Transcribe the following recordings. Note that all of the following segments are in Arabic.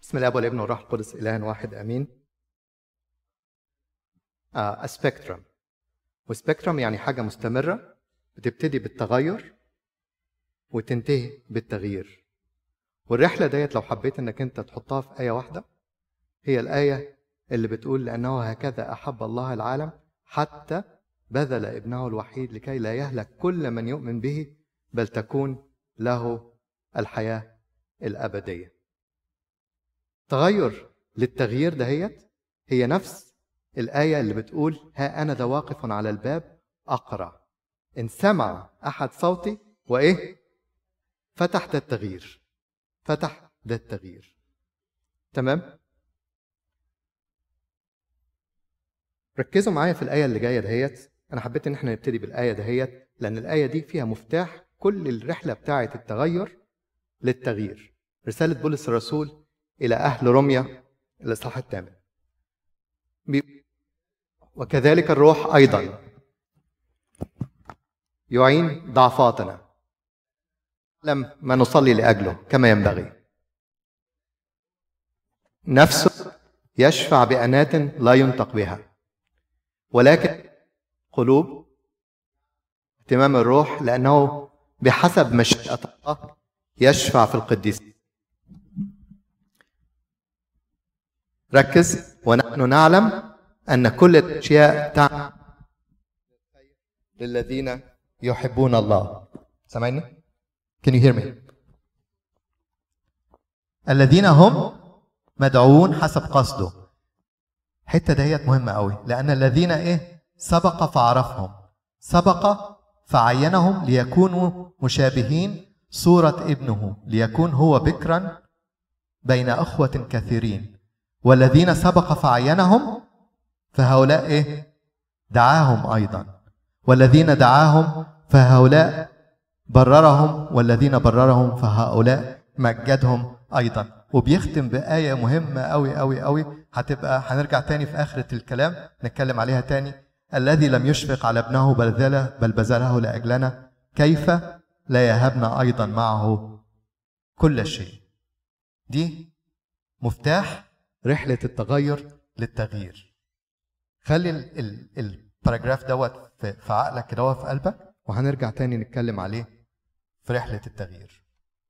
بسم الله والابن والروح القدس إله واحد امين. سبيكترم، وسبيكترم يعني حاجه مستمره بتبتدي بالتغير وتنتهي بالتغيير. والرحله ديت لو حبيت انك انت تحطها في ايه واحده، هي الايه اللي بتقول لانه هكذا احب الله العالم حتى بذل ابنه الوحيد لكي لا يهلك كل من يؤمن به بل تكون له الحياه الابديه. تغير للتغيير دهيت هي نفس الآية اللي بتقول ها أنا ذا واقف على الباب أقرع، إن سمع أحد صوتي وإيه؟ فتح ده التغيير، فتح ده التغيير. تمام؟ ركزوا معايا في الآية اللي جاية دهيت. أنا حبيت إن احنا نبتدي بالآية دهيت لأن الآية دي فيها مفتاح كل الرحلة بتاعة التغير للتغيير. رسالة بولس الرسول إلى أهل روميا الإصحاح الثامن. وكذلك الروح أيضا يعين ضعفاتنا، لم ما نصلي لأجله كما ينبغي. نفسه يشفع بأنات لا ينطق بها، ولكن قلوب اهتمام الروح لأنه بحسب مشيئة الله يشفع في القديسين. ركز، ونحن نعلم أن كل الأشياء تعمل للذين يحبون الله. سامعني؟ Can you hear me? الذين هم مدعوون حسب قصده. الحته دهيت مهمه قوي، لان الذين ايه؟ سبق فعرفهم، سبق فعينهم ليكونوا مشابهين صوره ابنه ليكون هو بكرا بين اخوه كثيرين. والذين سبق فعينهم فهؤلاء ايه؟ دعاهم ايضا، والذين دعاهم فهؤلاء بررهم، والذين بررهم فهؤلاء مجدهم ايضا. وبيختم بآية مهمة قوي قوي قوي، هنرجع تاني في آخرة الكلام نتكلم عليها تاني. الذي لم يشفق على ابنه بل بذله لأجلنا، كيف لا يهبنا أيضا معه كل شيء. دي مفتاح رحلة التغير للتغيير. خلي الباراجراف دوت في عقلك كده في قلبك، وهنرجع تاني نتكلم عليه في رحلة التغيير.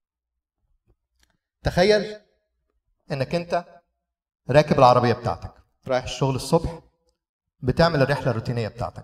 تخيل انك انت راكب العربية بتاعتك رايح الشغل الصبح، بتعمل الرحلة الروتينية بتاعتك.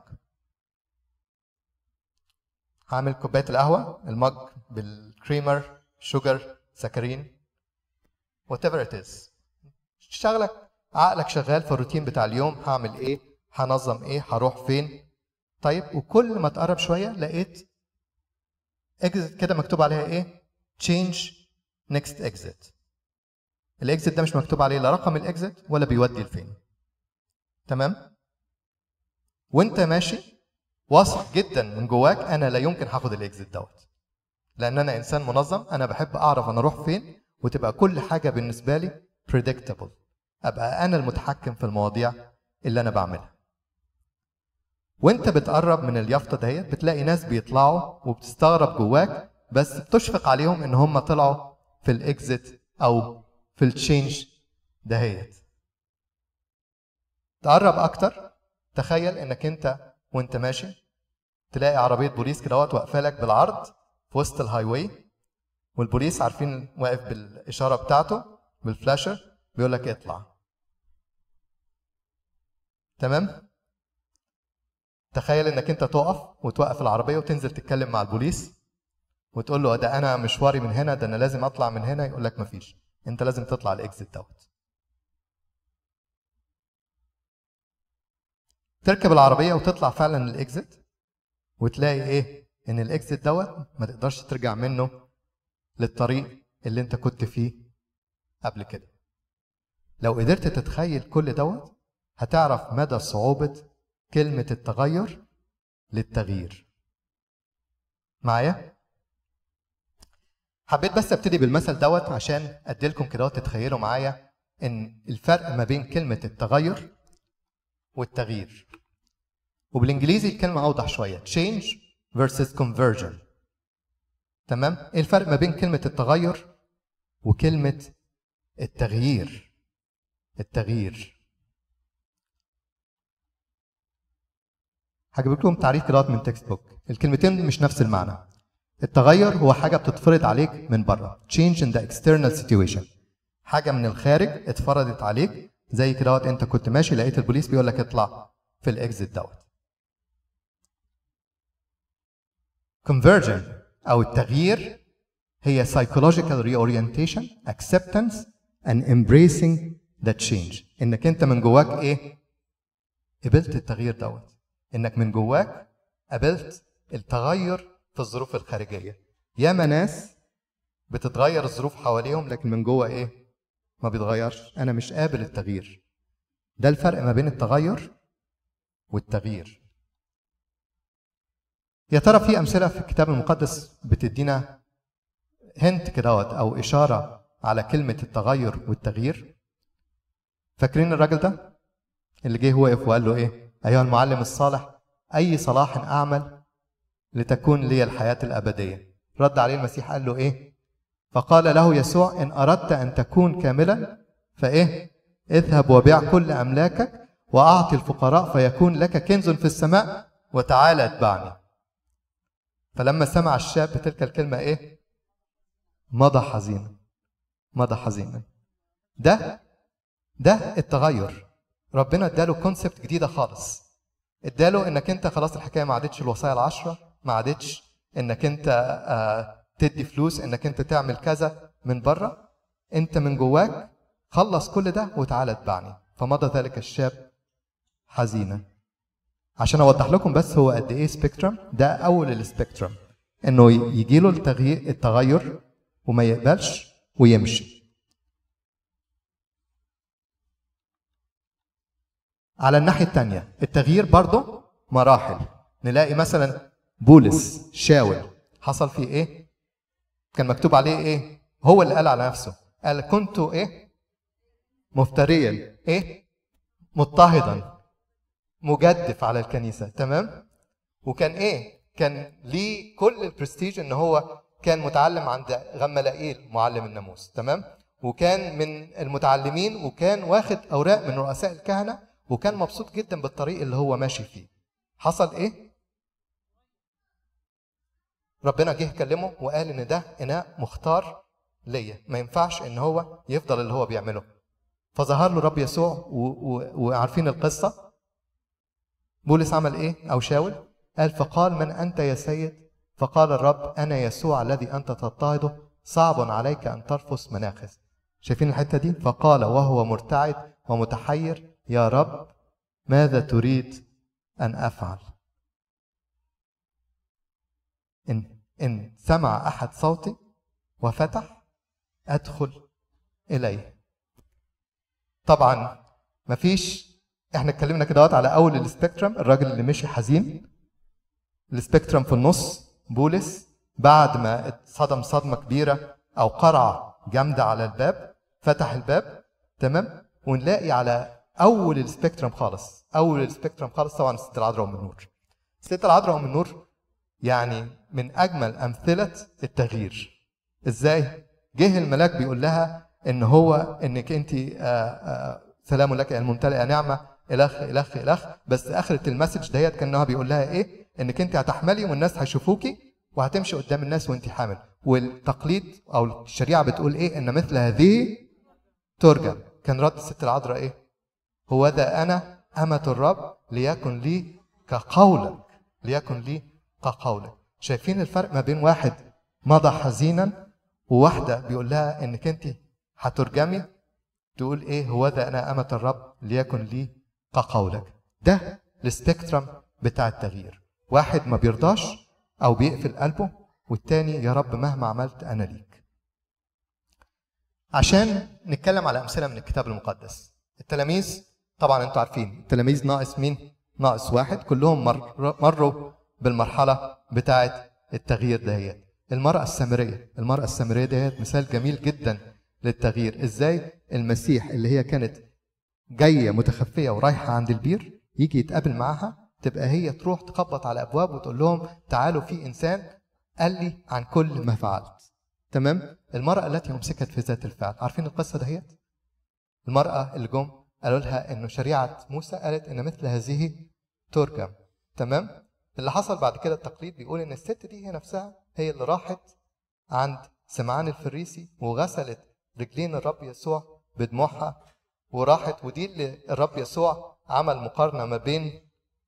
هعمل كوباية القهوة، المج بالكريمر، شوجر، سكرين، whatever it is. شغلك عقلك شغال في الروتين بتاع اليوم، هعمل ايه، هنظم ايه، هروح فين. طيب، وكل ما تقرب شوية لقيت exit كده مكتوب عليها ايه؟ change next exit. الاكزت ده مش مكتوب عليه لا رقم الاكزت ولا بيودي لفين. تمام؟ وانت ماشي واثق جدا من جواك انا لا يمكن هاخد الاكزت دوت، لان انا انسان منظم، انا بحب اعرف انا اروح فين، وتبقى كل حاجه بالنسبه لي predictable، ابقى انا المتحكم في المواضيع اللي انا بعملها. وانت بتقرب من اليافطه دهيت بتلاقي ناس بيطلعوا وبتستغرب جواك، بس بتشفق عليهم ان هم طلعوا في الاكزت او في التشينج دهيت. تقرب اكتر، تخيل انك انت وانت ماشي تلاقي عربيه بوليس كده واقفه لك بالعرض في وسط الهاي واي، والبوليس عارفين واقف بالاشاره بتاعته بالفلاشر بيقول لك اطلع. تمام؟ تخيل انك انت تقف وتوقف العربيه وتنزل تتكلم مع البوليس وتقول له ده انا مشواري من هنا، ده انا لازم اطلع من هنا. يقول لك مفيش، انت لازم تطلع الاكزيت دوت. تركب العربيه وتطلع فعلا الاكزيت، وتلاقي ايه؟ ان الاكزيت دوت ما تقدرش ترجع منه للطريق اللي انت كنت فيه قبل كده. لو قدرت تتخيل كل دوت هتعرف مدى صعوبه كلمه التغير للتغيير. معايا؟ حبيت بس ابتدي بالمثل دوت عشان اديلكم كده تتخيلوا معايا ان الفرق ما بين كلمه التغير والتغيير. وبالانجليزي الكلمه اوضح شويه، change versus conversion. تمام؟ ايه الفرق ما بين كلمه التغير وكلمه التغيير. هجيب لكم تعريف كده من تكست بوك. الكلمتين مش نفس المعنى. التغير هو حاجه بتتفرض عليك من بره. change in the external situation. حاجه من الخارج اتفرضت عليك، زي كده انت كنت ماشي لقيت البوليس بيقول لك اطلع في الاكزيت دوت. conversion او التغيير هي psychological reorientation, acceptance and embracing the change. انك انت من جواك ايه؟ قبلت التغيير دوت. انك من جواك قبلت التغير في الظروف الخارجيه. ياما ناس بتتغير الظروف حواليهم لكن من جوه ايه؟ ما بيتغيرش. انا مش قابل التغيير. ده الفرق ما بين التغير والتغيير. يا ترى في امثله في الكتاب المقدس بتدينا هنت كده او اشاره على كلمه التغير والتغيير؟ فاكرين الراجل ده اللي جه وقف وقال له ايه؟ ايها المعلم الصالح، اي صلاح اعمل لتكون لي الحياه الابديه؟ رد عليه المسيح قال له ايه؟ فقال له يسوع ان اردت ان تكون كاملا فايه؟ اذهب وبيع كل املاكك واعطي الفقراء فيكون لك كنز في السماء وتعالى اتبعني. فلما سمع الشاب تلك الكلمه ايه؟ مضى حزينا. ده التغير. ربنا اداله كونسبت جديده خالص. اداله انك انت خلاص الحكايه ما عادتش الوصايا ال10، ما عادتش انك انت تدي فلوس، انك انت تعمل كذا من بره. انت من جواك خلص كل ده وتعالى اتبعني. فمضى ذلك الشاب حزينا. عشان اوضح لكم بس هو قد ايه سبيكترم. ده اول السبيكترم، انه يجي له التغير وما يقبلش ويمشي. على الناحيه الثانيه التغيير برضه مراحل. نلاقي مثلا بولس شاول حصل فيه ايه؟ كان مكتوب عليه ايه؟ هو اللي قال على نفسه، قال كنت ايه؟ مفتريا، ايه؟ مضطهدا، مجدف على الكنيسه. تمام؟ وكان ايه؟ كان ليه كل البرستيج ان هو كان متعلم عند غملائيل معلم الناموس. تمام؟ وكان من المتعلمين، وكان واخد اوراق من رؤساء الكهنه، وكان مبسوط جدا بالطريق اللي هو ماشي فيه. حصل ايه؟ ربنا جه كلمه وقال ان ده اناء مختار ليا، ما ينفعش ان هو يفضل اللي هو بيعمله. فظهر له رب يسوع وعارفين القصه. بولس عمل ايه؟ او شاول قال فقال من انت يا سيد؟ فقال الرب انا يسوع الذي انت تضطهده، صعب عليك ان ترفس مناخذ. شايفين الحته دي؟ فقال وهو مرتعد ومتحير يا رب ماذا تريد ان افعل؟ إن سمع أحد صوتي وفتح أدخل إليه. طبعا مفيش، احنا اتكلمنا كده على أول السبيكترم، الراجل اللي مشي حزين. السبيكترم في النص بولس بعد ما اتصدم صدمة كبيرة أو قرعة جامدة على الباب، فتح الباب. تمام؟ ونلاقي على أول السبيكترم خالص، طبعا الست العذراء أم النور. الست العذراء أم النور يعني من أجمل أمثلة التغيير. إزاي؟ جه الملاك بيقول لها إن هو إنك أنت سلام لك يا الممتلئة نعمة إلخ. بس آخرة المسج ديت كأنها بيقول لها إيه؟ إنك أنت هتحملي والناس هيشوفوكي وهتمشي قدام الناس وأنت حامل. والتقليد أو الشريعة بتقول إيه؟ إن مثل هذه ترجم. كان رد الست العذراء إيه؟ هو ذا أنا أمة الرب ليكن لي كقولك. شايفين الفرق ما بين واحد مضى حزينا وواحدة بيقول لها انك انت هترجمي تقول ايه؟ هو ذا انا أمة الرب ليكن لي كقولك. ده السبيكترم بتاع التغيير. واحد ما بيرضاش او بيقفل قلبه، والتاني يا رب مهما عملت انا ليك. عشان نتكلم على امثله من الكتاب المقدس. التلاميذ طبعا انتوا عارفين التلاميذ ناقص مين؟ ناقص واحد. كلهم مروا بالمرحله بتاعه التغيير دهيت. المراه السامريه دهيت مثال جميل جدا للتغيير. ازاي المسيح اللي هي كانت جايه متخفيه ورايحه عند البير يجي يتقابل معاها، تبقى هي تروح تخبط على ابواب وتقول لهم تعالوا في انسان قال لي عن كل ما فعلت. تمام. المرأة التي أمسكت في ذات الفعل، عارفين القصة دهيت؟ المرأة اللي جم قالوا لها إنه شريعة موسى قالت إن مثل هذه ترجم. تمام. اللي حصل بعد كده التقليد بيقول إن الست دي هي نفسها هي اللي راحت عند سمعان الفريسي وغسلت رجلين الرب يسوع بدموعها، وراحت ودي اللي الرب يسوع عمل مقارنة ما بين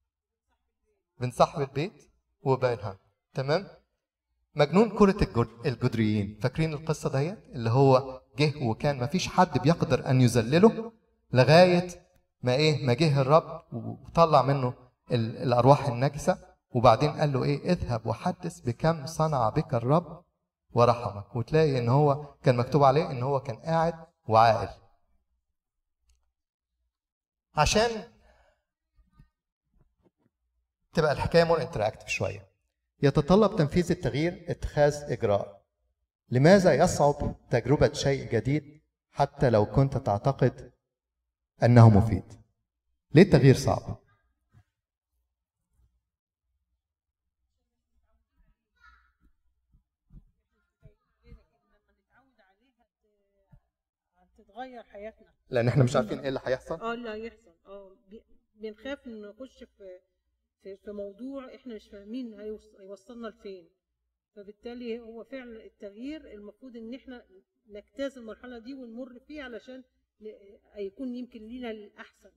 صاحب البيت وبينها. تمام. مجنون كرة الجدريين، فاكرين القصة دهيت؟ اللي هو جه وكان ما فيش حد بيقدر أن يذلله لغاية ما جه الرب وطلع منه الأرواح النجسة، وبعدين قال له اذهب وحدث بكم صنع بك الرب ورحمك. وتلاقي ان هو كان مكتوب عليه ان هو كان قاعد وعاقل. عشان تبقى الحكايه مور انتراكتيف شويه، يتطلب تنفيذ التغيير اتخاذ اجراء. لماذا يصعب تجربه شيء جديد حتى لو كنت تعتقد انه مفيد؟ ليه التغيير صعب؟ تتغير حياتنا لان احنا مش عارفين ايه اللي هيحصل. اللي هيحصل بنخاف ان نخش في موضوع احنا مش فاهمين هيوصلنا لفين. فبالتالي هو فعلا التغيير المفروض ان احنا نجتاز المرحله دي ونمر فيها علشان يكون يمكن لينا الاحسن.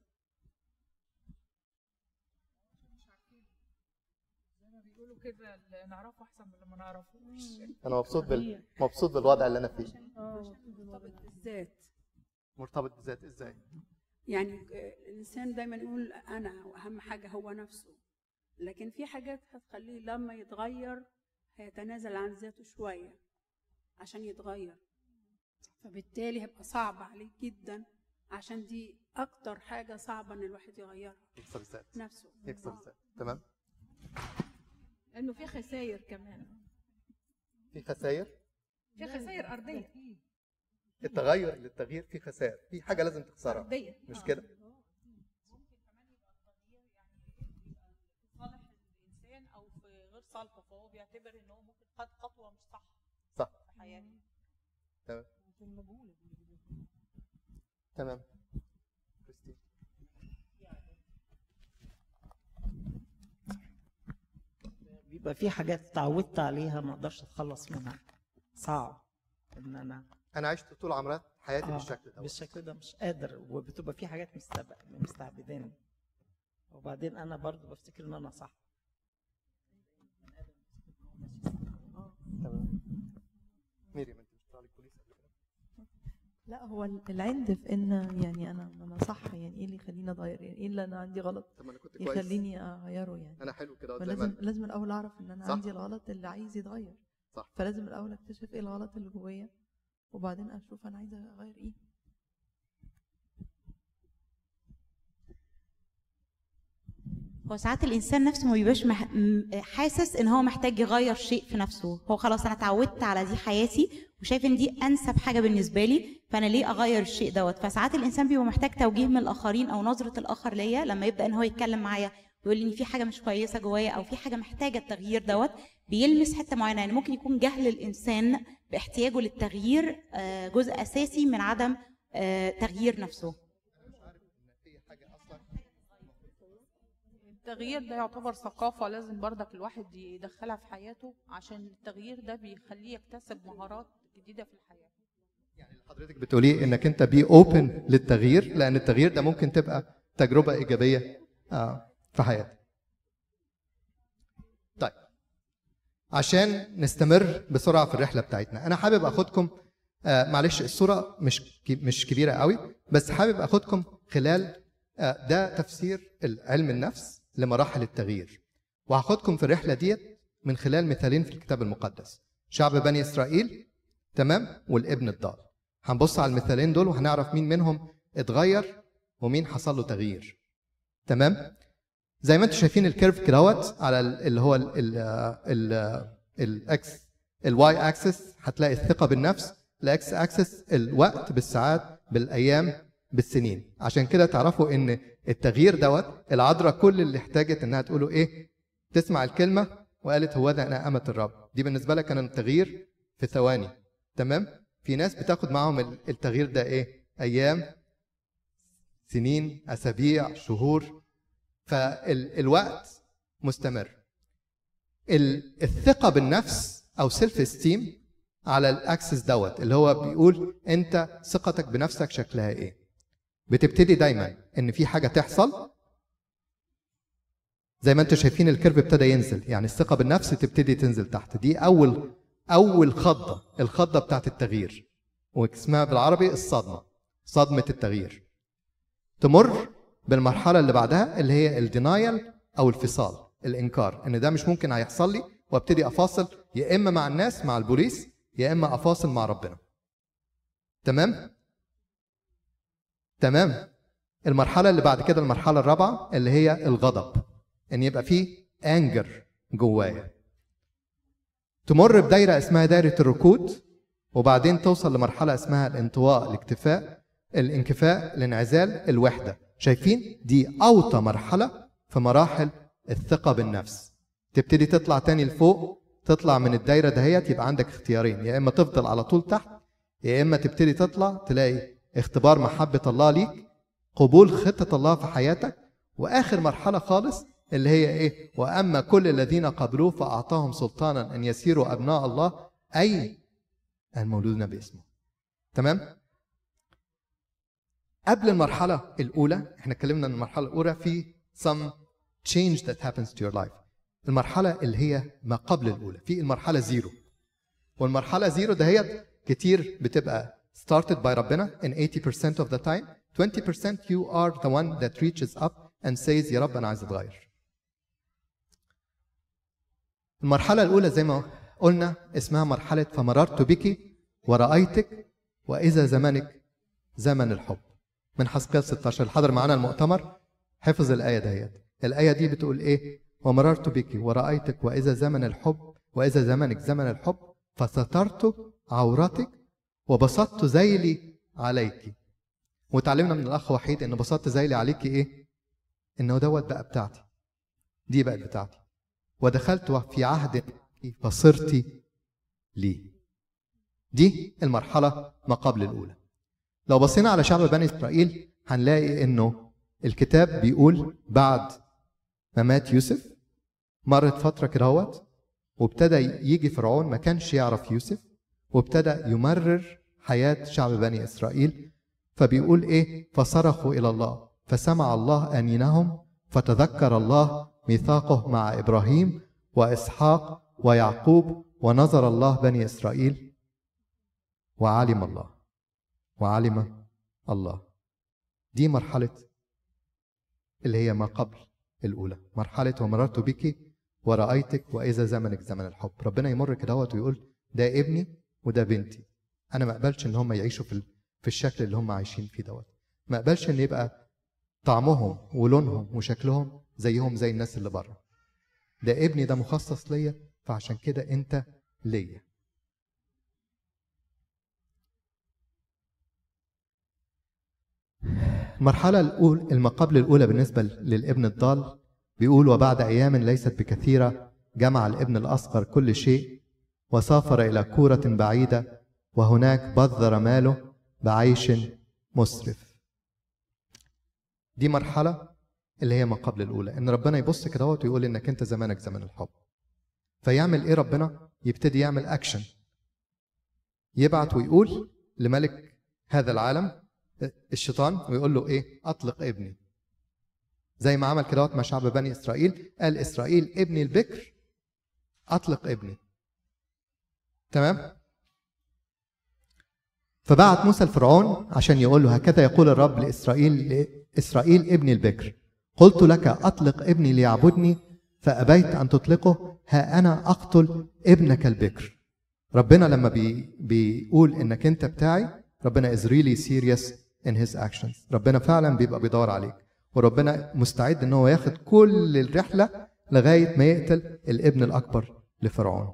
زي ما بيقولوا كده اللي نعرفه احسن من اللي ما نعرفوش. انا مبسوط بالوضع اللي انا فيه. مرتبط بالذات. مرتبط بالذات ازاي؟ يعني الانسان دايما يقول انا، واهم حاجه هو نفسه، لكن في حاجات هتخليه لما يتغير هيتنازل عن ذاته شويه عشان يتغير، فبالتالي هيبقى صعب عليه جدا، عشان دي اكتر حاجه صعبه ان الواحد يغيرها. يكسر الذات نفسه. يكسر الذات. تمام. انه في خسائر كمان. في خسائر ارضيه. التغير للتغيير في خسائر، في حاجه لازم تخسرها مش كده؟ ممكن كمان يبقى التغيير يعني في صالح الانسان او في غير صالحه، فهو بيعتبر ان هو ممكن خد خطوه مش صح في حياته. تمام تمام. كريستين، بيبقى في حاجات اتعودت عليها ما اقدرش اتخلص منها، صعب ان انا عشت طول عمري حياتي بالشكل ده، بالشكل ده مش قادر، وبتبقى في حاجات مستعبداني، وبعدين انا برضو بفتكر ان انا صح. تمام. مريم، انت مش بتطلعي البوليس قبل كده؟ لا، هو العند في ان يعني انا صح، يعني ايه اللي يخليني اتغير؟ يعني ايه اللي انا عندي غلط طب انا كنت كويس يخليني اغيره؟ يعني انا حلو كده، لازم الاول اعرف ان انا صح. عندي الغلط اللي عايز يتغير. صح. فلازم الاول اكتشف ايه الغلط اللي جوايا، وبعدين اشوف انا عايزه اغير ايه. هو ساعات الانسان نفسه ما بيبقاش حاسس ان هو محتاج يغير شيء في نفسه. هو خلاص انا اتعودت على دي حياتي وشايف ان دي انسب حاجه بالنسبه لي، فانا ليه اغير الشيء دوت؟ فساعات الانسان بيبقى محتاج توجيه من الاخرين او نظره الاخر ليا، لما يبدا ان هو يتكلم معايا ويقول لي ان في حاجه مش كويسه جوايا او في حاجه محتاجه التغيير دوت، بيلمس حته معينه. يعني ممكن يكون جهل الانسان باحتياجه للتغيير جزء اساسي من عدم تغيير نفسه. التغيير ده يعتبر ثقافة لازم برضك الواحد يدخلها في حياته، عشان التغيير ده بيخليه يكتسب مهارات جديدة في الحياة. يعني حضرتك بتقوليه انك انت بي اوبن للتغيير، لان التغيير ده ممكن تبقى تجربة ايجابية في حياتك. طيب، عشان نستمر بسرعة في الرحلة بتاعتنا، انا حابب اخدكم معلش الصورة مش كبيرة قوي، بس حابب اخدكم خلال ده تفسير علم النفس لمراحل التغيير، وهاخدكم في الرحله ديت من خلال مثالين في الكتاب المقدس، شعب بني اسرائيل تمام والابن الضال. هنبص على المثالين دول وهنعرف مين منهم اتغير ومين حصل له تغيير. تمام. زي ما انتم شايفين الكيرف كدهوت على اللي هو الاكس الواي اكسس، هتلاقي الثقه بالنفس، الاكس اكسس الوقت بالساعات بالايام بالسنين. عشان كده تعرفوا ان التغيير دوت العذراء كل اللي احتاجت انها تقوله ايه؟ تسمع الكلمه وقالت هو ده انا امه الرب. دي بالنسبه لها كان التغيير في ثواني. تمام؟ في ناس بتاخد معاهم التغيير ده ايه؟ ايام، سنين، اسابيع، شهور. فالوقت مستمر. الثقه بالنفس او سيلف استيم على الاكسس دوت اللي هو بيقول انت ثقتك بنفسك شكلها ايه. بتبتدي دايما ان في حاجه تحصل، زي ما انتم شايفين الكيرف ابتدى ينزل، يعني الثقه بالنفس تبتدي تنزل تحت. دي اول خضه، الخضه بتاعت التغيير، واسمها بالعربي الصدمه، صدمه التغيير. تمر بالمرحله اللي بعدها اللي هي الدينايل او الفصال، الانكار، ان ده مش ممكن هيحصل لي، وابتدي افاصل يا اما مع الناس مع البوليس يا اما افاصل مع ربنا. تمام؟ تمام. المرحله اللي بعد كده المرحله الرابعه اللي هي الغضب، ان يبقى فيه انجر جوايا. تمر بدايره اسمها دايره الركود، وبعدين توصل لمرحله اسمها الانطواء، الاكتفاء، الانكفاء، الانعزال، الوحده. شايفين؟ دي اوطى مرحله في مراحل الثقه بالنفس. تبتدي تطلع تاني لفوق، تطلع من الدايره دهيت، يبقى عندك اختيارين، يا اما تفضل على طول تحت، يا اما تبتدي تطلع تلاقي اختبار محبه الله ليك، قبول خطه الله في حياتك. واخر مرحله خالص اللي هي ايه؟ واما كل الذين قبلوه فاعطاهم سلطانا ان يسيروا ابناء الله، اي المولودون باسمه. تمام؟ قبل المرحله الاولى، احنا اتكلمنا ان المرحله الاولى في some change that happens to your life. المرحله اللي هي ما قبل الاولى، في المرحله زيرو. والمرحله زيرو دهيت كتير بتبقى started by ربنا in 80% of the time. 20% you are the one that reaches up and says يا رب انا عايز اتغير. المرحله الاولى زي ما قلنا اسمها مرحله فمررت بك ورأيتك واذا زمنك زمن الحب، من حزقيال 16. اللي حضر معانا المؤتمر حفظ الايه دهيت. الايه دي بتقول ايه؟ ومررت بك ورأيتك واذا زمن الحب، واذا زمنك زمن الحب، فسترت عورتك وبسطت ذيلي عليك. وتعلمنا من الاخ وحيد ان بسطت ذيلي عليك ايه؟ انه دوت بقى بتاعتي، دي بقت بتاعتي. ودخلت في عهد فصرت لي. دي المرحله ما قبل الاولى. لو بصينا على شعب بني اسرائيل هنلاقي انه الكتاب بيقول بعد ما مات يوسف مرت فتره كده اهوت، وابتدى يجي فرعون ما كانش يعرف يوسف، وابتدى يمرر حياه شعب بني اسرائيل. فبيقول ايه؟ فصرخوا الى الله فسمع الله انينهم، فتذكر الله ميثاقه مع ابراهيم واسحاق ويعقوب، ونظر الله بني اسرائيل وعلم الله. دي مرحله اللي هي ما قبل الاولى، مرحله ومررت بك ورأيتك واذا زمنك زمن الحب. ربنا يمر كده ويقول ده ابني وده بنتي. انا ما اقبلش ان هم يعيشوا في الشكل اللي هم عايشين فيه دوت. ما اقبلش ان يبقى طعمهم ولونهم وشكلهم زيهم زي الناس اللي بره. ده ابني، ده مخصص ليا، فعشان كده انت ليا. المرحلة الأولى الما قبل الأولى بالنسبة للابن الضال بيقول وبعد أيام ليست بكثيرة جمع الابن الأصغر كل شيء وسافر إلى كورة بعيدة وهناك بذر ماله بعيش مسرف. دي مرحلة اللي هي ما قبل الأولى، إن ربنا يبص كده ويقول إنك أنت زمانك زمن الحب. فيعمل إيه ربنا؟ يبتدي يعمل أكشن، يبعت ويقول لملك هذا العالم الشيطان ويقول له إيه؟ أطلق ابني. زي ما عمل كده مع شعب بني إسرائيل، قال إسرائيل ابني البكر أطلق ابني. تمام؟ فبعت موسى الفرعون عشان يقول له هكذا يقول الرب لإسرائيل ابني البكر، قلت لك أطلق ابني ليعبدني فأبيت أن تطلقه، ها أنا أقتل ابنك البكر. ربنا لما بيقول إنك أنت بتاعي، ربنا is really serious in his actions. ربنا فعلا بيبقى بيدور عليك، وربنا مستعد إن هو ياخد كل الرحلة لغاية ما يقتل الابن الأكبر لفرعون.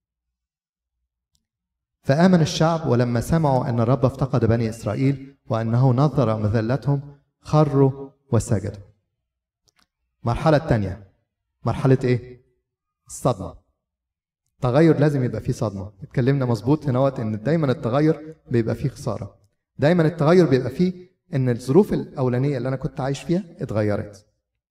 فآمن الشعب ولما سمعوا أن الرب افتقد بني إسرائيل وأنه نظر مذلتهم خروا وسجدوا. المرحلة الثانية مرحلة إيه؟ الصدمة. تغير لازم يبقى فيه صدمه. اتكلمنا مظبوط هنا ان دايما التغير بيبقى فيه خساره، دايما التغير بيبقى فيه ان الظروف الاولانيه اللي انا كنت عايش فيها اتغيرت.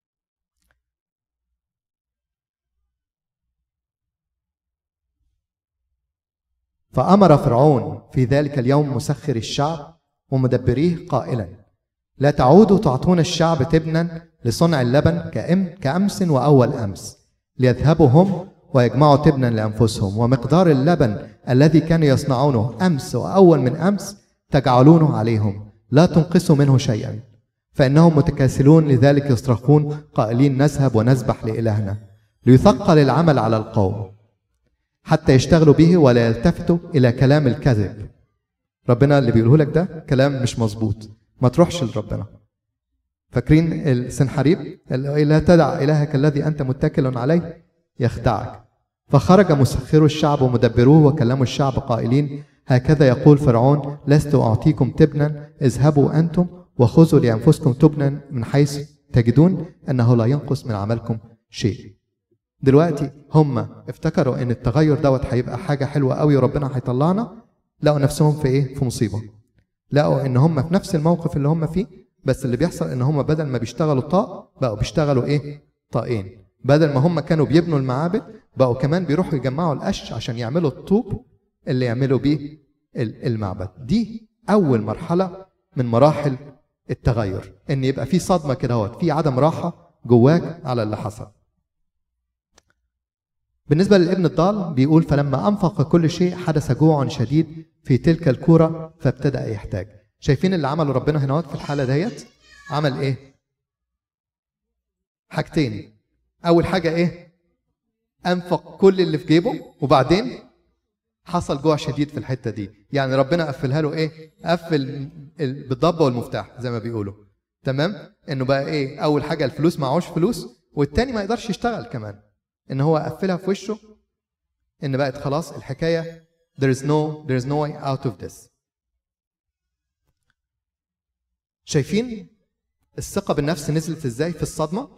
فامر فرعون في ذلك اليوم مسخر الشعب ومدبريه قائلا: لا تعودوا تعطون الشعب تبنا لصنع اللبن كأمس وأول أمس، ليذهبوا هم ويجمعوا تبنا لأنفسهم، ومقدار اللبن الذي كانوا يصنعونه أمس وأول من أمس تجعلونه عليهم، لا تنقصوا منه شيئا، فإنهم متكاسلون لذلك يصرخون قائلين: نذهب ونذبح لإلهنا. ليثقل العمل على القوم حتى يشتغلوا به ولا يلتفتوا إلى كلام الكذب. ربنا اللي بيقوله لك ده كلام مش مظبوط، ما تروحش لربنا. فاكرين السنحريب؟ لا تدع إلهك الذي أنت متكل عليه يخدعك. فخرج مسخرو الشعب ومدبروه وكلموا الشعب قائلين: هكذا يقول فرعون: لست أعطيكم تبنا، اذهبوا أنتم وخذوا لأنفسكم تبنا من حيث تجدون أنه لا ينقص من عملكم شيء. دلوقتي هم افتكروا ان التغير دوت هيبقى حاجه حلوه قوي وربنا هيطلعنا، لقوا نفسهم في ايه؟ في مصيبه. لقوا ان هم في نفس الموقف اللي هم فيه، بس اللي بيحصل ان هم بدل ما بيشتغلوا طاق بقوا بيشتغلوا ايه؟ طاقين. بدل ما هم كانوا بيبنوا المعابد بقوا كمان بيروحوا يجمعوا القش عشان يعملوا الطوب اللي يعملوا بيه المعبد. دي اول مرحله من مراحل التغير، ان يبقى في صدمه كده اهوت، في عدم راحه جواك على اللي حصل. بالنسبة للابن الضال بيقول: فلما أنفق كل شيء حدث جوع شديد في تلك الكورة فابتدأ يحتاج. شايفين اللي عمله ربنا هنا في الحالة ديت؟ عمل إيه؟ حاجتين. أول حاجة إيه؟ أنفق كل اللي في جيبه، وبعدين حصل جوع شديد في الحتة دي. يعني ربنا قفلها له إيه؟ قفل بالضبة والمفتاح زي ما بيقولوا. تمام؟ إنه بقى إيه؟ أول حاجة الفلوس معهوش فلوس، والتاني ما يقدرش يشتغل كمان. ان هو قفلها في وشه، ان بقت خلاص الحكايه there is no way out of this. شايفين الثقه بالنفس نزلت ازاي في الصدمه؟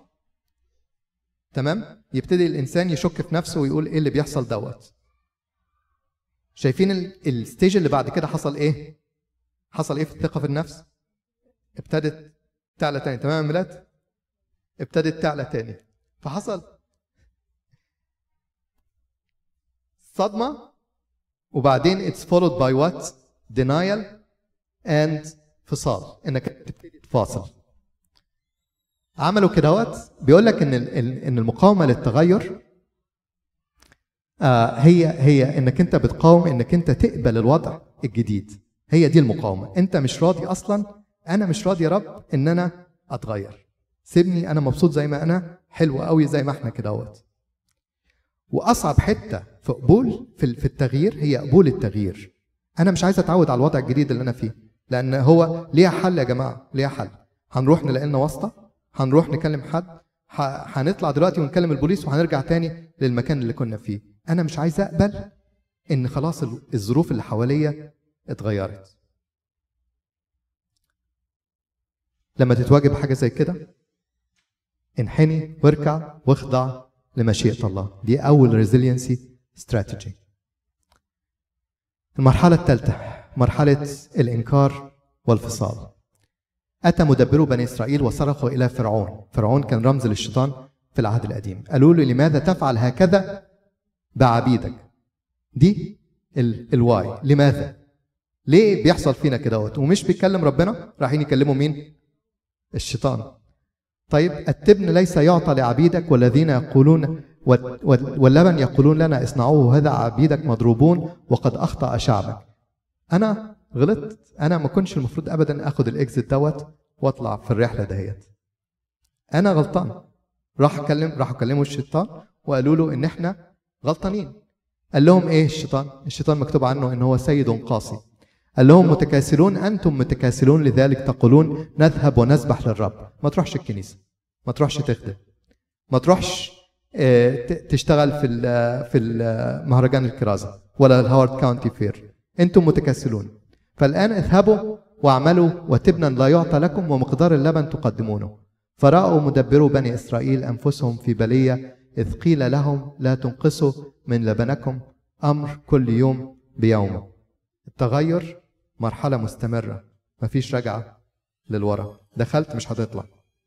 تمام؟ يبتدي الانسان يشك في نفسه ويقول ايه اللي بيحصل دوت. شايفين الستيج اللي بعد كده حصل ايه؟ حصل ايه في الثقه في النفس؟ ابتدت تعلى تاني. تمام يا ميلاد؟ ابتدت تعلى تاني. فحصل صدمة، وبعدين it's followed by what? denial and فصال، انك تبتدي تفاصل. عملوا كدهوت. بيقول لك ان المقاومة للتغير هي انك انت بتقاوم انك انت تقبل الوضع الجديد. هي دي المقاومة. انت مش راضي اصلا، انا مش راضي يا رب ان انا اتغير، سيبني انا مبسوط زي ما انا، حلو قوي زي ما احنا كدهوت. واصعب حته في قبول في التغيير هي قبول التغيير. انا مش عايز اتعود على الوضع الجديد اللي انا فيه، لان هو ليها حل يا جماعه، ليها حل. هنروح نلاقي لنا واسطه، هنروح نكلم حد، هنطلع دلوقتي ونكلم البوليس وهنرجع تاني للمكان اللي كنا فيه. انا مش عايز اقبل ان خلاص الظروف اللي حواليا اتغيرت. لما تتواجه بحاجه زي كده انحني واركع واخضع لمشيئة الله. دي أول ريزيلينسي استراتيجي. المرحلة الثالثة مرحلة الإنكار والفصال. أتى مدبرو بني إسرائيل وصرخوا إلى فرعون. فرعون كان رمز للشيطان في العهد القديم. قالوا له: لماذا تفعل هكذا بعبيدك؟ دي الواي. لماذا؟ ليه بيحصل فينا كده؟ ومش بيتكلم ربنا، رايحين يكلموا مين؟ الشيطان. طيب التبن ليس يعطى لعبيدك والذين يقولون واللبن يقولون لنا اصنعوه، هذا عبيدك مضروبون وقد اخطا شعبك. انا غلطت، انا ما كنتش المفروض ابدا اخد الاكزيت دوت واطلع في الرحله دهيت. انا غلطان. راحوا كلموا الشيطان وقالوا له ان احنا غلطانين. قال لهم ايه الشيطان مكتوب عنه ان هو سيد قاسي. قال لهم: متكاسلون أنتم متكاسلون لذلك تقولون نذهب ونذبح للرب. ما تروحش الكنيسة، ما تروحش تخدم، ما تروحش تشتغل في مهرجان الكرازة ولا الهاورد كاونتي فير. أنتم متكاسلون. فالآن اذهبوا واعملوا وتبنا لا يعطى لكم ومقدار اللبن تقدمونه. فرأوا مدبرو بني إسرائيل أنفسهم في بلية إذ قيل لهم لا تنقصوا من لبنكم أمر كل يوم بيومه. التغير مرحلة مستمرة، مفيش رجعة للورا، دخلت مش هتطلع.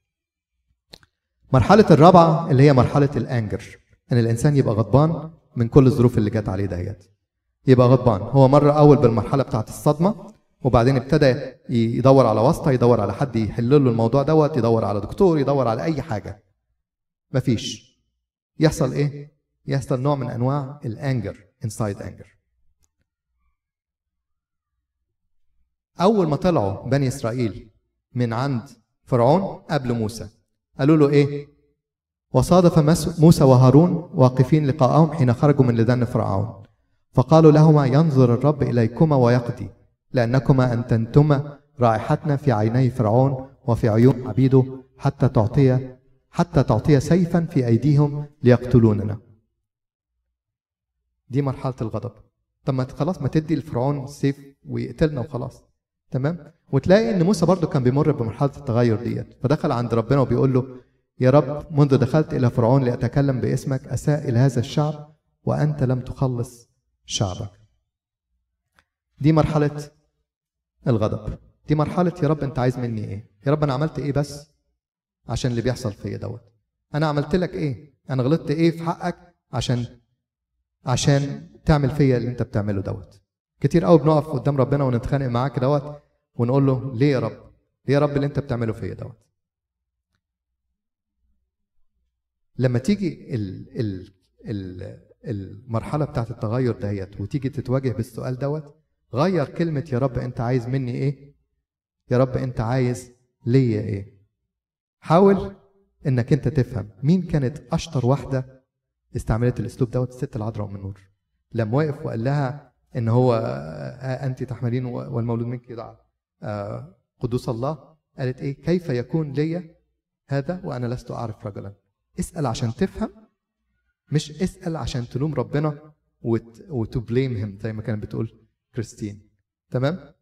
مرحلة الرابعة اللي هي مرحلة الأنجر، إن الإنسان يبقى غضبان من كل الظروف اللي جت عليه دهيت. يبقى غضبان، هو مرة أول بالمرحلة بتاعت الصدمة، وبعدين ابتدى يدور على واسطة، يدور على حد يحل له الموضوع دوت، يدور على دكتور، يدور على أي حاجة، مفيش. يحصل إيه؟ يحصل نوع من أنواع الأنجر، inside أنجر. أول ما طلعوا بني إسرائيل من عند فرعون قبل موسى، قالوا له إيه؟ وصادف موسى وهارون واقفين لقاءهم حين خرجوا من لدن فرعون، فقالوا لهما ينظر الرب إليكما ويقضي، لأنكما أنتنتما رائحتنا في عيني فرعون وفي عيون عبيده حتى تعطي سيفا في أيديهم ليقتلوننا. دي مرحلة الغضب. طب ما خلاص، ما تدي لفرعون سيف ويقتلنا وخلاص، تمام؟ وتلاقي ان موسى برضو كان بيمر بمرحلة التغير ديت، فدخل عند ربنا وبيقول له يا رب منذ دخلت إلى فرعون لأتكلم باسمك أساء إلى هذا الشعب وأنت لم تخلص شعبك. دي مرحلة الغضب. دي مرحلة يا رب أنت عايز مني إيه؟ يا رب أنا عملت إيه بس عشان اللي بيحصل فيا دوت؟ أنا عملت لك إيه؟ أنا غلطت إيه في حقك عشان تعمل فيا اللي أنت بتعمله دوت؟ كتير قوي بنقف قدام ربنا ونتخانق معاك دوت ونقول له ليه يا رب؟ ليه يا رب اللي أنت بتعمله فيا دوت؟ لما تيجي المرحلة بتاعت التغير دهيت وتيجي تتواجه بالسؤال دوت، غير كلمة يا رب أنت عايز مني إيه؟ يا رب أنت عايز ليا إيه؟ حاول إنك أنت تفهم مين كانت أشطر واحدة استعملت الأسلوب دوت. الست العذراء أم النور، لما وقف وقال لها إن هو أنت تحملين والمولود منك يدعى قدوس الله، قالت إيه؟ كيف يكون ليا هذا وأنا لست أعرف رجلا؟ اسأل عشان تفهم، مش اسأل عشان تلوم ربنا وتبليم هم زي ما كانت بتقول كريستين. تمام؟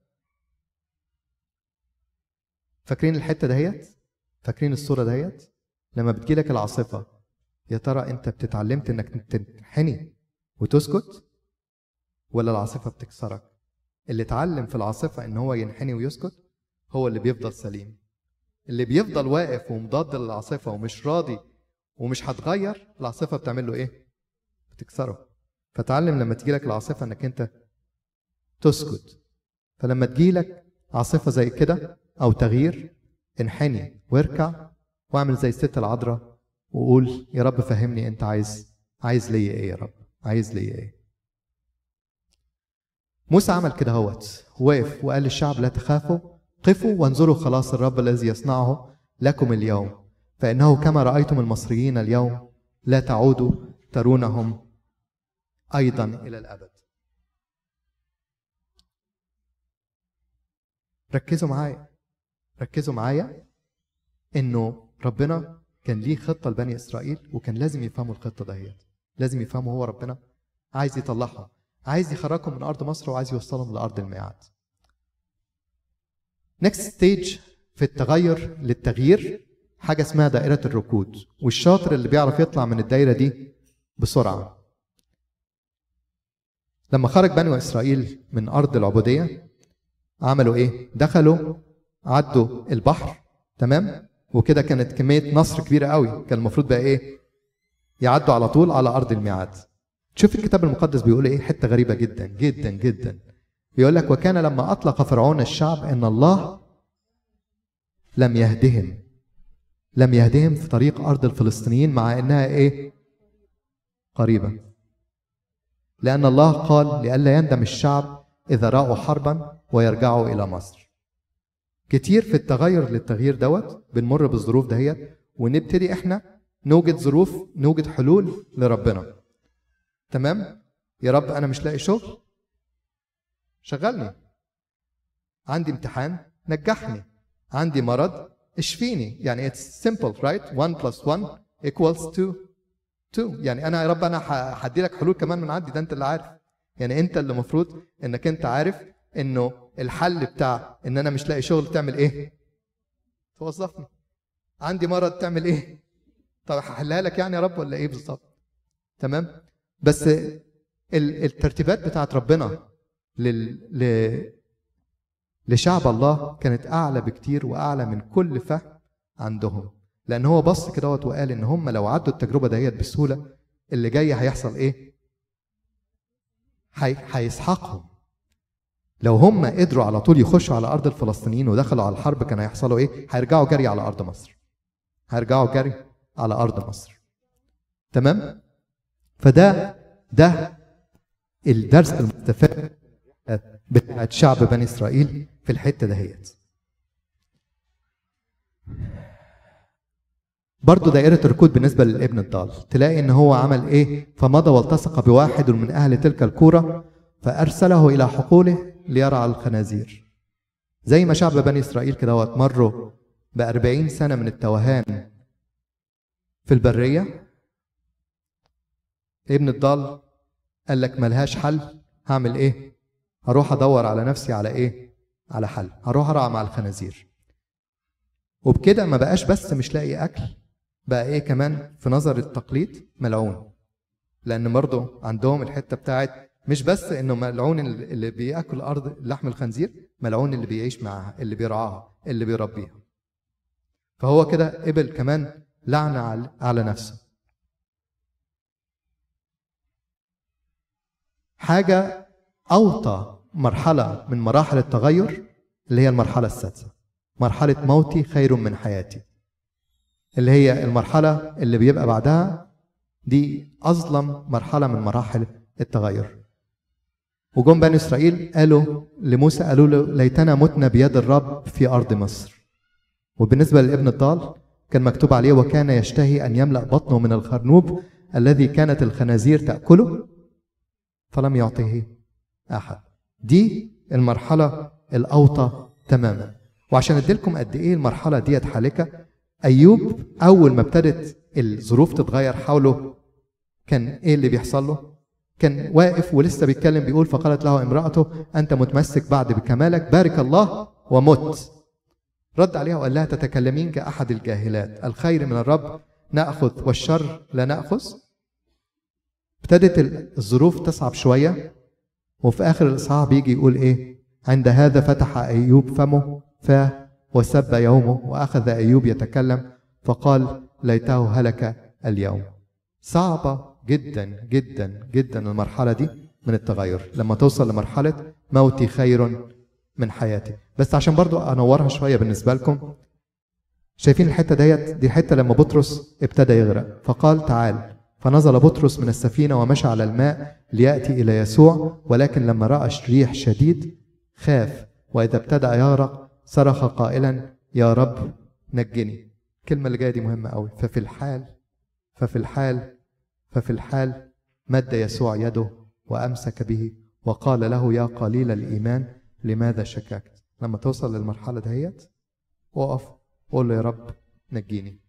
فاكرين الحتة دهيت؟ فاكرين الصورة دهيت؟ لما بتجيلك العاصفة يا ترى انت بتتعلمت انك تنحني وتسكت ولا العاصفة بتكسرك؟ اللي اتعلم في العاصفة ان هو ينحني ويسكت هو اللي بيفضل سليم. اللي بيفضل واقف ومضاد للعاصفة ومش راضي ومش هتغير، العاصفة بتعمل له ايه؟ بتكسره. فتعلم لما تجيلك العاصفة انك انت تسكت. فلما تجيلك عاصفة زي كده او تغيير، انحني واركع واعمل زي الست العذراء وقول يا رب فهمني انت عايز ليا ايه يا رب؟ عايز ليا ايه؟ موسى عمل كده هوت، وقف وقال للشعب لا تخافوا، قفوا وانظروا خلاص الرب الذي يصنعه لكم اليوم، فإنه كما رأيتم المصريين اليوم لا تعودوا ترونهم أيضا إلى الأبد. ركزوا معايا إنه ربنا كان ليه خطة لبني إسرائيل، وكان لازم يفهموا الخطة دهيت، لازم يفهموا هو ربنا عايز يطلعهم، عايز يخرجهم من أرض مصر وعايز يوصلهم لأرض الميعاد. next stage في التغير للتغيير حاجة اسمها دائرة الركود، والشاطر اللي بيعرف يطلع من الدائرة دي بسرعة. لما خرج بني إسرائيل من أرض العبودية عملوا إيه؟ دخلوا عدوا البحر، تمام؟ وكده كانت كمية نصر كبيرة قوي، كان المفروض بقى إيه؟ يعدوا على طول على أرض الميعاد. شوف الكتاب المقدس بيقول إيه؟ حتة غريبة جدا جدا جدا. بيقول لك وكان لما أطلق فرعون الشعب إن الله لم يهدهم في طريق أرض الفلسطينيين مع إنها إيه؟ قريبة. لأن الله قال لئلا يندم الشعب إذا رأوا حربا ويرجعوا إلى مصر. كتير في التغير للتغيير دوت بنمر بالظروف دهيت ونبتدي إحنا نوجد ظروف، نوجد حلول لربنا. تمام؟ يا رب أنا مش لاقي شغل، شغلني. عندي امتحان، نجحني. عندي مرض، اشفيني. يعني it's simple right؟ 1 + 1 = 2. يعني أنا يا رب أنا هدي لك حلول كمان من عندي، ده أنت اللي عارف. يعني أنت اللي المفروض إنك أنت عارف إنه الحل بتاع إن أنا مش لاقي شغل تعمل إيه؟ توظفني. عندي مرض تعمل إيه؟ طب هحلها لك يعني يا رب ولا إيه بالظبط؟ تمام؟ بس الترتيبات بتاعت ربنا لشعب الله كانت اعلى بكتير واعلى من كل فهم عندهم، لان هو بص كده وقال ان هم لو عدوا التجربه ديت بسهوله اللي جاي هيحصل ايه؟ هيسحقهم. لو هم قدروا على طول يخشوا على ارض الفلسطينيين ودخلوا على الحرب كان هيحصلوا ايه؟ هيرجعوا جري على ارض مصر. هيرجعوا جري على ارض مصر. تمام؟ فده الدرس المستفاد بتاعت شعب بني اسرائيل في الحته دهيت. برضه دائرة الركود بالنسبة للابن الضال، تلاقي ان هو عمل ايه؟ فمضى والتصق بواحد من اهل تلك الكورة فارسله الى حقوله ليرعى الخنازير. زي ما شعب بني اسرائيل كده مروا ب40 سنة من التوهان في البرية، ابن الضال قال لك ملهاش حل، هعمل ايه؟ هروح ادور على نفسي على ايه؟ على حل، هروح ارعى مع الخنازير. وبكده ما بقاش بس مش لاقي اكل، بقى ايه كمان في نظر التقليد؟ ملعون. لان برضه عندهم الحته بتاعت مش بس انه ملعون اللي بياكل ارض لحم الخنزير، ملعون اللي بيعيش معاها، اللي بيرعاها، اللي بيربيها. فهو كده قبل كمان لعنه على نفسه. حاجه اوطى مرحله من مراحل التغير اللي هي المرحله السادسه، مرحله موتي خير من حياتي، اللي هي المرحله اللي بيبقى بعدها دي اظلم مرحله من مراحل التغير. وجم بني اسرائيل قالوا لموسى، قالوا له ليتنا متنا بيد الرب في ارض مصر. وبالنسبه للابن الضال كان مكتوب عليه وكان يشتهي ان يملا بطنه من الخرنوب الذي كانت الخنازير تاكله فلم يعطيه احد. دي المرحله الاوطى تماما. وعشان اديلكم قد ايه المرحله ديت حالكه، ايوب اول ما ابتدت الظروف تتغير حوله كان ايه اللي بيحصل له؟ كان واقف ولسه بيتكلم بيقول فقالت له امراته انت متمسك بعد بكمالك، بارك الله ومت. رد عليها وقال لها تتكلمين كاحد الجاهلات، الخير من الرب ناخذ والشر لا ناخذ. ابتدت الظروف تصعب شويه، وفي اخر الاصحاح بيجي يقول ايه؟ عند هذا فتح ايوب فمه وسب يومه، واخذ ايوب يتكلم فقال ليته هلك اليوم. صعبه جدا جدا جدا المرحله دي من التغير، لما توصل لمرحله موتي خير من حياتي. بس عشان برضو انورها شويه بالنسبه لكم، شايفين الحته ديت؟ دي الحته لما بطرس ابتدى يغرق فقال تعال، فنزل بطرس من السفينه ومشى على الماء لياتي الى يسوع، ولكن لما راى ريح شديد خاف، واذا ابتدأ يغرق صرخ قائلا يا رب نجني. الكلمه اللي جايه دي مهمه قوي. ففي الحال مد يسوع يده وامسك به وقال له يا قليل الايمان لماذا شككت؟ لما توصل للمرحله دهيت اقف قول له يا رب نجيني.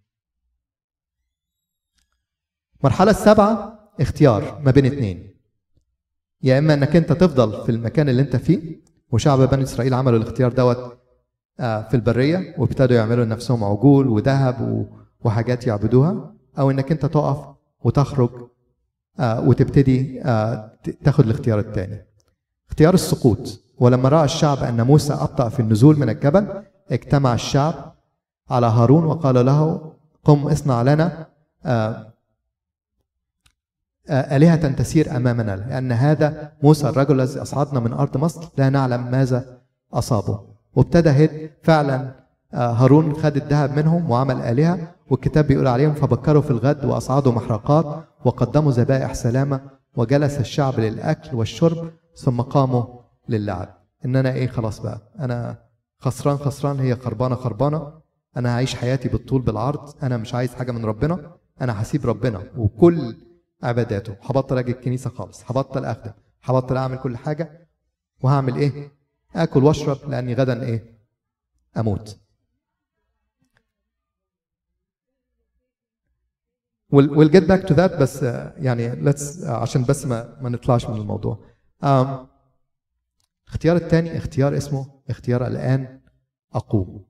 المرحله السابعه اختيار ما بين اتنين، يا اما انك انت تفضل في المكان اللي انت فيه، وشعب بني اسرائيل عملوا الاختيار دوت في البريه وابتدوا يعملوا لنفسهم عجول وذهب وحاجات يعبدوها، او انك انت تقف وتخرج وتبتدي تاخد الاختيار الثاني. اختيار السقوط. ولما راى الشعب ان موسى ابطأ في النزول من الجبل اجتمع الشعب على هارون وقال له قم اصنع لنا آلهة تسير أمامنا، لأن هذا موسى الرجل الذي أصعدنا من أرض مصر لا نعلم ماذا أصابه. وابتدى فعلا هارون خد الذهب منهم وعمل آلهة، والكتاب بيقول عليهم فبكروا في الغد وأصعدوا محرقات وقدموا ذبائح سلامة، وجلس الشعب للأكل والشرب ثم قاموا للعب. إن أنا إيه خلاص بقى أنا خسران، هي خربانة، أنا هعيش حياتي بالطول بالعرض، أنا مش عايز حاجة من ربنا، أنا هسيب ربنا وكل عباداته، هبطل اجي الكنيسه خالص، هبطل اخدم، هبطل اعمل كل حاجه، وهعمل ايه؟ اكل واشرب لاني غدا ايه؟ اموت. we'll get back to that، بس يعني let's عشان بس ما نطلعش من الموضوع. الاختيار الثاني اختيار اسمه اختيار الان اقوم.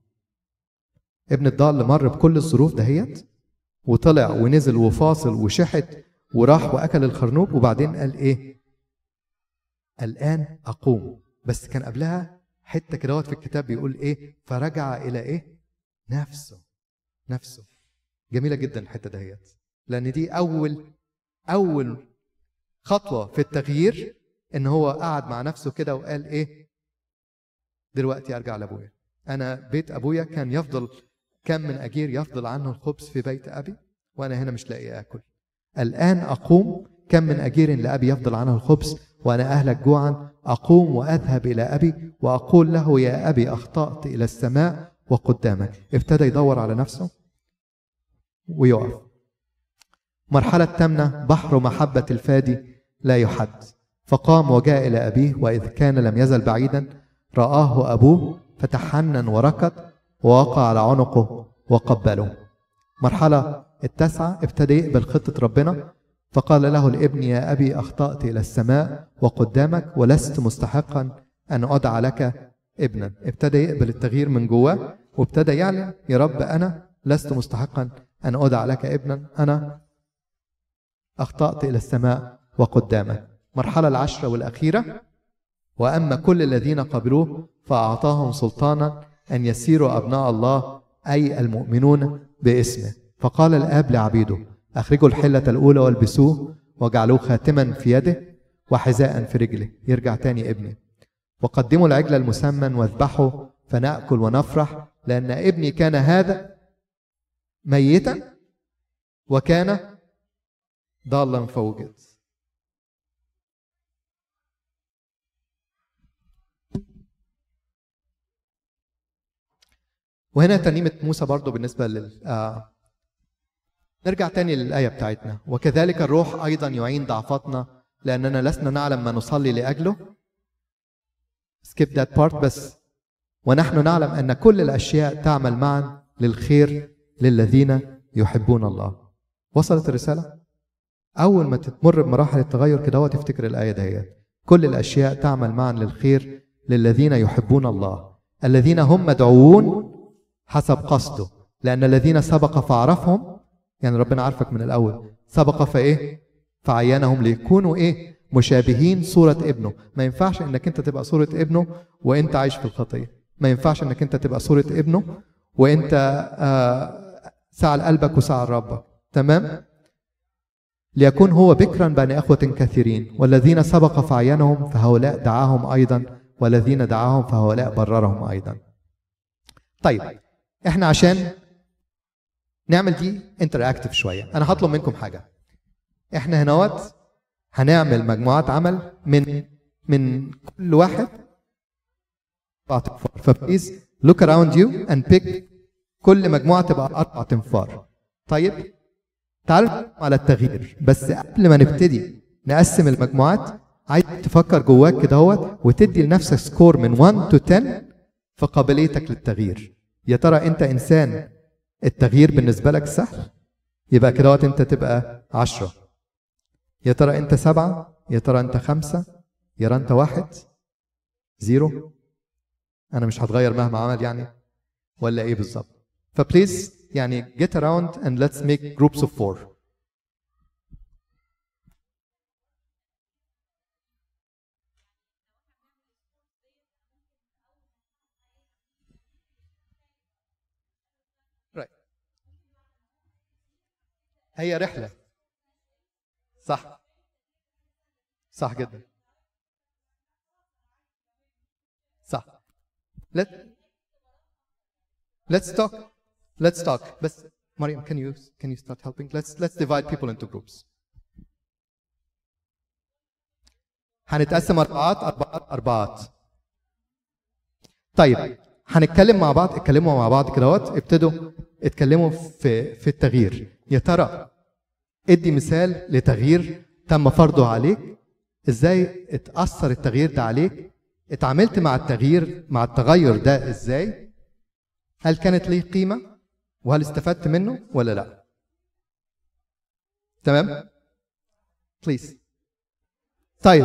ابن الضال مر بكل الظروف دهيت وطلع ونزل وفاصل وشحت وراح واكل الخرنوب، وبعدين قال ايه؟ الان اقوم. بس كان قبلها حته كده في الكتاب بيقول ايه؟ فرجع الى ايه؟ نفسه. جميله جدا الحته دهيت، لان دي اول خطوه في التغيير، ان هو قعد مع نفسه كده وقال ايه؟ دلوقتي ارجع لابويا. انا بيت ابويا كان من اجير يفضل عنه الخبز في بيت ابي، وانا هنا مش لاقي اكل. الان اقوم، كم من اجير لابي يفضل عنه الخبز وانا اهلك جوعا. اقوم واذهب الى ابي واقول له يا ابي اخطات الى السماء وقدامك. ابتدى يدور على نفسه ويقف. مرحله ثامنه، بحر محبه الفادي لا يحد. فقام وجاء الى ابيه، واذ كان لم يزل بعيدا رآه ابوه فتحنن وركض ووقع على عنقه وقبله. مرحله التاسعه، ابتدى يقبل خطه ربنا. فقال له الابن يا أبي أخطأت إلى السماء وقدامك ولست مستحقا أن أدعى لك ابنا. ابتدى يقبل التغيير من جواه، وابتدى يعلن يا رب أنا لست مستحقا أن أدعى لك ابنا، أنا أخطأت إلى السماء وقدامك. مرحلة العشرة والأخيرة، وأما كل الذين قبلوه فأعطاهم سلطانا أن يسيروا أبناء الله، أي المؤمنون باسمه. فقال الآب لعبيده أخرجوا الحلة الأولى والبسوه وجعلوه خاتما في يده وحذاء في رجله. يرجع تاني ابني. وقدموا العجل المسمن واذبحوا فنأكل ونفرح، لأن ابني كان هذا ميتا وكان ضالا فوجد. وهنا ترنيمة موسى برضو بالنسبة نرجع تاني للآية بتاعتنا. وكذلك الروح أيضا يعين ضعفاتنا لأننا لسنا نعلم ما نصلي لأجله. skip that part بس. ونحن نعلم أن كل الأشياء تعمل معا للخير للذين يحبون الله. وصلت الرسالة؟ أول ما تتمر بمراحل التغير كده تفتكر الآية دهيت. كل الأشياء تعمل معا للخير للذين يحبون الله، الذين هم مدعوون حسب قصده. لأن الذين سبق فعرفهم، يعني ربنا عارفك من الأول، سبق فإيه؟ فعينهم ليكونوا إيه؟ مشابهين صورة ابنه. ما ينفعش إنك أنت تبقى صورة ابنه وأنت عايش في الخطية. ما ينفعش إنك أنت تبقى صورة ابنه وأنت سعى لقلبك وسعى لربك. تمام؟ ليكون هو بكرا بين إخوة كثيرين، والذين سبق فعينهم فهؤلاء دعاهم أيضا، والذين دعاهم فهؤلاء بررهم أيضا. طيب إحنا عشان نعمل دي انتراكتيف شويه، انا هطلب منكم حاجه. احنا هناوت هنعمل مجموعات عمل من كل واحد 4 تنفار. فبليز look around you and pick كل مجموعه تبقى 4 تنفار. طيب تعالوا على التغيير، بس قبل ما نبتدي نقسم المجموعات عايز تفكر جواك كده وتدي لنفسك سكور من 1 to 10 في قابليتك للتغيير. يا ترى انت انسان التغيير بالنسبة لك سهل؟ يبقى كده انت تبقى 10. يا ترى انت 7؟ يا ترى انت 5؟ يا ترى انت 1؟ 0؟ انا مش هتغير مهما عمل يعني، ولا ايه بالظبط؟ فبليز يعني get around and let's make groups of 4. هي رحلة. صح صح جدا. صح. Let's talk. بس مريم can you start helping? Let's divide people into groups. هنتقسم أربعات. طيب هنتكلم مع بعض. اتكلموا مع بعض كده ابتدوا اتكلموا في التغيير. يا ترى ادي مثال لتغيير تم فرضه عليك، ازاي اتأثر التغيير ده عليك، اتعاملت مع التغير ده ازاي، هل كانت ليه قيمة وهل استفدت منه ولا لا؟ تمام؟ بليز. طيب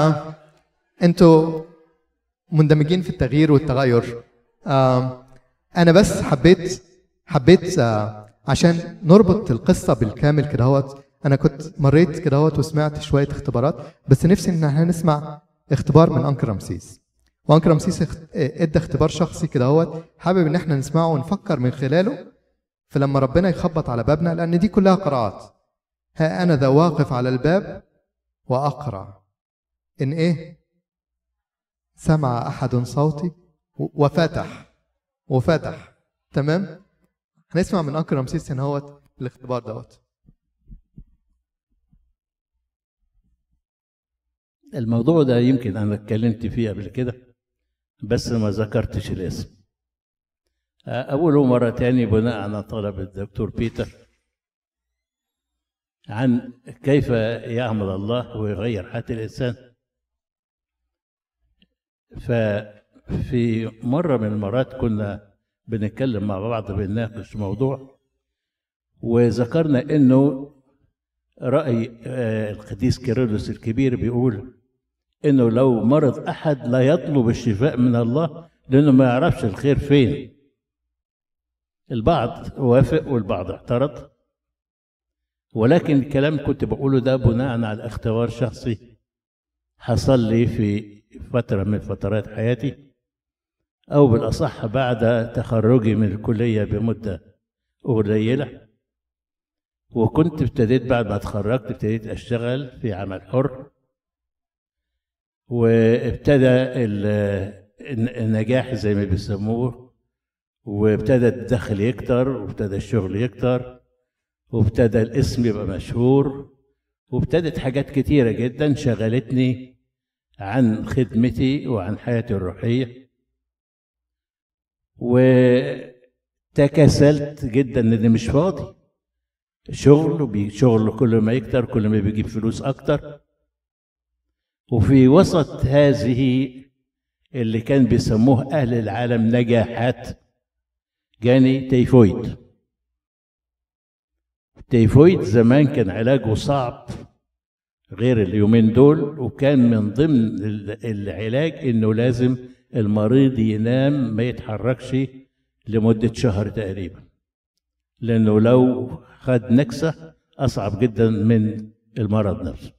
انتوا مندمجين في التغيير والتغير. انا بس حبيت عشان نربط القصة بالكامل كده انا كنت مريت كده وسمعت شويه اختبارات، بس نفسي ان احنا نسمع اختبار من انكل رمسيس. وانكل رمسيس ادى اختبار شخصي كده حابب ان احنا نسمعه ونفكر من خلاله فلما ربنا يخبط على بابنا، لان دي كلها قراءات. ها انا ذا واقف على الباب واقرع، ان ايه سمع احد صوتي وفتح. تمام. هنسمع من انكل رمسيس ان الاختبار دوت. الموضوع ده يمكن انا اتكلمت فيه قبل كده بس ما ذكرتش الاسم. اقوله مره تاني بناء على طلب الدكتور بيتر عن كيف يعمل الله ويغير حياه الانسان. ففي مره من المرات كنا بنتكلم مع بعض بنناقش موضوع، وذكرنا انه راي القديس كيرلس الكبير بيقول انه لو مرض احد لا يطلب الشفاء من الله لانه ما يعرفش الخير فين. البعض وافق والبعض اعترض، ولكن الكلام كنت بقوله ده بناء على اختبار شخصي حصل لي في فتره من فترات حياتي، او بالاصح بعد تخرجي من الكليه بمده قليله. وكنت ابتديت بعد ما اتخرجت ابتديت اشتغل في عمل حر، وابتدى النجاح زي ما بيسموه، وابتدى الدخل يكتر، وابتدى الشغل يكتر، وابتدى الاسم يبقى مشهور، وابتدت حاجات كتيرة جدا شغلتني عن خدمتي وعن حياتي الروحية. وتكاسلت جدا اني مش فاضي. شغل كل ما يكتر كل ما بيجيب فلوس اكتر. وفي وسط هذه اللي كان بيسموه اهل العالم نجاحات جاني تيفويد. التيفويد زمان كان علاجه صعب غير اليومين دول، وكان من ضمن العلاج انه لازم المريض ينام ما يتحركش لمدة شهر تقريبا، لانه لو خد نكسة اصعب جدا من المرض نفسه.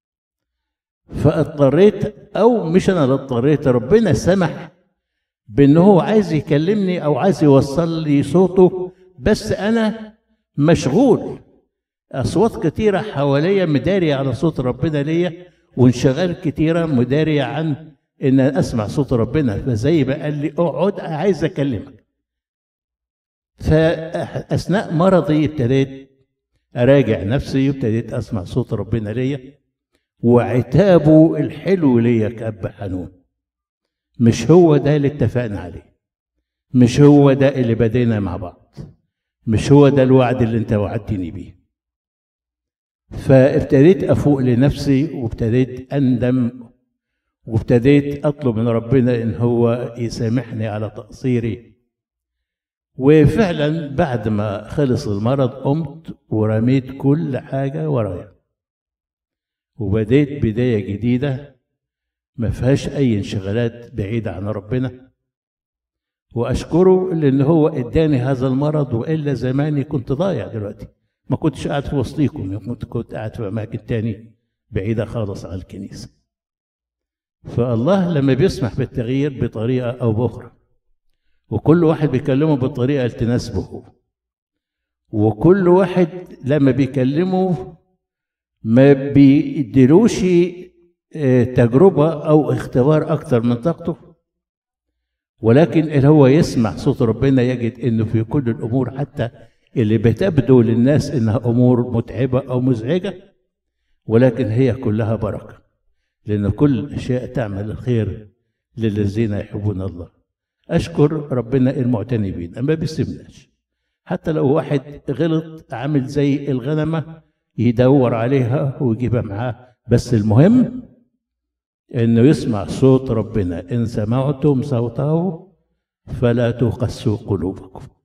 فاضطريت، او مش انا اللي اضطريت، ربنا سمح بانه هو عايز يكلمني او عايز يوصل لي صوته، بس انا مشغول. اصوات كتيره حواليا مداريه على صوت ربنا ليا، وانشغال كتيره مداريه عن ان اسمع صوت ربنا. فزي ما قال لي اقعد عايز اكلمك. فاثناء مرضي ابتديت اراجع نفسي، وابتديت اسمع صوت ربنا ليا وعتابه الحلو ليا كأب حنون. مش هو ده اللي اتفقنا عليه، مش هو ده اللي بدينا مع بعض، مش هو ده الوعد اللي انت وعدتني بيه. فابتديت افوق لنفسي، وابتديت اندم، وابتديت اطلب من ربنا ان هو يسامحني على تقصيري. وفعلا بعد ما خلص المرض قمت ورميت كل حاجه ورايا، وبديت بدايه جديده ما فيهاش اي انشغالات بعيده عن ربنا. واشكره لان هو اداني هذا المرض، والا زماني كنت ضايع دلوقتي، ما كنتش قاعد في وسطيكم، كنت قاعد في اماكن تاني بعيده خالص عن الكنيسه. فالله لما بيسمح بالتغيير بطريقه او باخرى، وكل واحد بيكلمه بالطريقه اللي تناسبه، وكل واحد لما بيكلمه ما بيديلوش تجربه او اختبار اكتر من طاقته، ولكن اللي هو يسمع صوت ربنا يجد انه في كل الامور حتى اللي بتبدو للناس انها امور متعبه او مزعجه، ولكن هي كلها بركه، لان كل الاشياء تعمل الخير للذين يحبون الله. اشكر ربنا المعتني بينا ما بيسيبناش، حتى لو واحد غلط عامل زي الغنمه يدور عليها ويجيبها معاه، بس المهم انه يسمع صوت ربنا. ان سمعتم صوته فلا تقسوا قلوبكم.